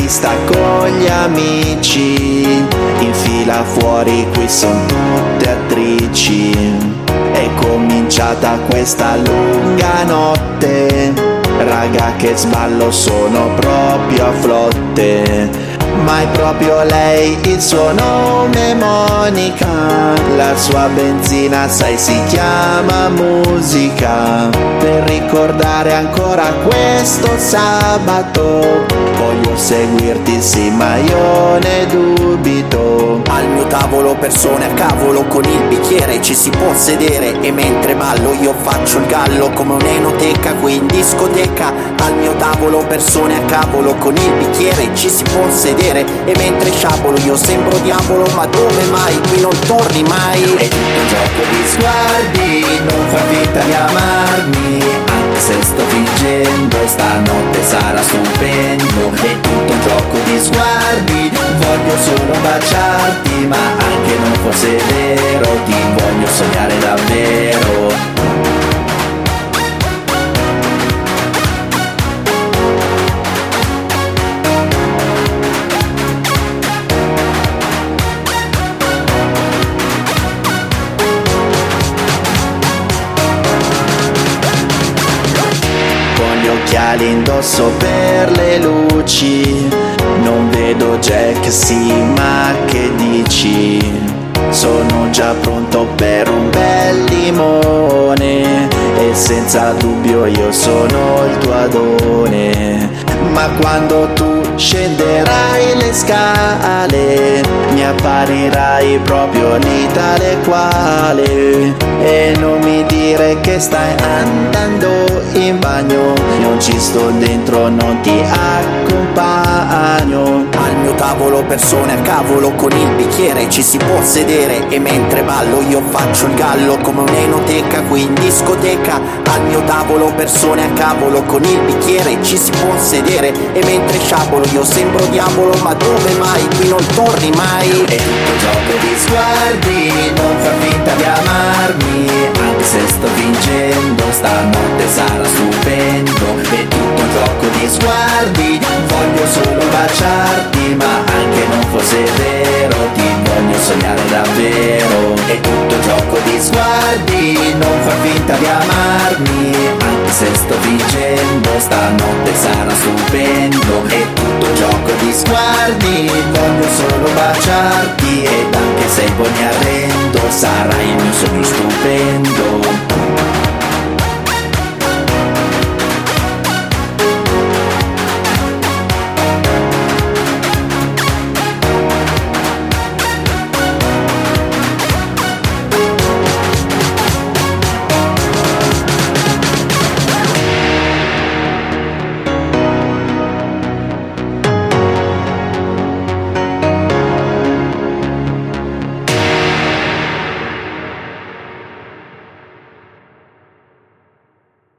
sta con gli amici, in fila fuori qui son tutte attrici. È cominciata questa lunga notte, raga che sballo sono proprio a flotte. Ma è proprio lei, il suo nome è Monica, la sua benzina sai si chiama musica. Per ricordare ancora questo sabato, voglio seguirti sì ma io ne dubito. Al mio tavolo persone a cavolo, con il bicchiere ci si può sedere, e mentre ballo io faccio il gallo come un'enoteca qui in discoteca. Al mio tavolo persone a cavolo, con il bicchiere ci si può sedere, e mentre sciabolo io sembro diavolo, ma dove mai? Qui non torni mai. È tutto un gioco di sguardi, non far finta di amarmi, anche se sto fingendo, stanotte sarà stupendo. È tutto un gioco di sguardi, voglio solo baciarti, ma anche non fosse vero, ti voglio sognare davvero. Occhiali indosso per le luci, non vedo Jack, sì ma che dici? Sono già pronto per un bel limone, e senza dubbio io sono il tuo adone. Ma quando tu scenderai le scale, mi apparirai proprio lì tale quale, e non mi dire che stai andando in bagno, non ci sto dentro, non ti accompagno. Al mio tavolo persone a cavolo, con il bicchiere ci si può sedere, e mentre ballo io faccio il gallo come un'enoteca qui in discoteca. Al mio tavolo persone a cavolo, con il bicchiere ci si può sedere, e mentre sciabolo io sembro diavolo, ma dove mai? Qui non torni mai. È tutto un gioco di sguardi, non far finta di amarmi, anche se sto vincendo, stanotte sarà stupendo. È tutto un gioco di sguardi, voglio solo baciarti, ma anche non fosse vero, ti voglio sognare davvero. È tutto un gioco di sguardi, non far finta di amarmi, anche se sto vincendo, stanotte sarà stupendo. È tutto un gioco di sguardi, voglio solo baciarti, ed anche se poi mi arrendo, sarai il mio sogno stupendo.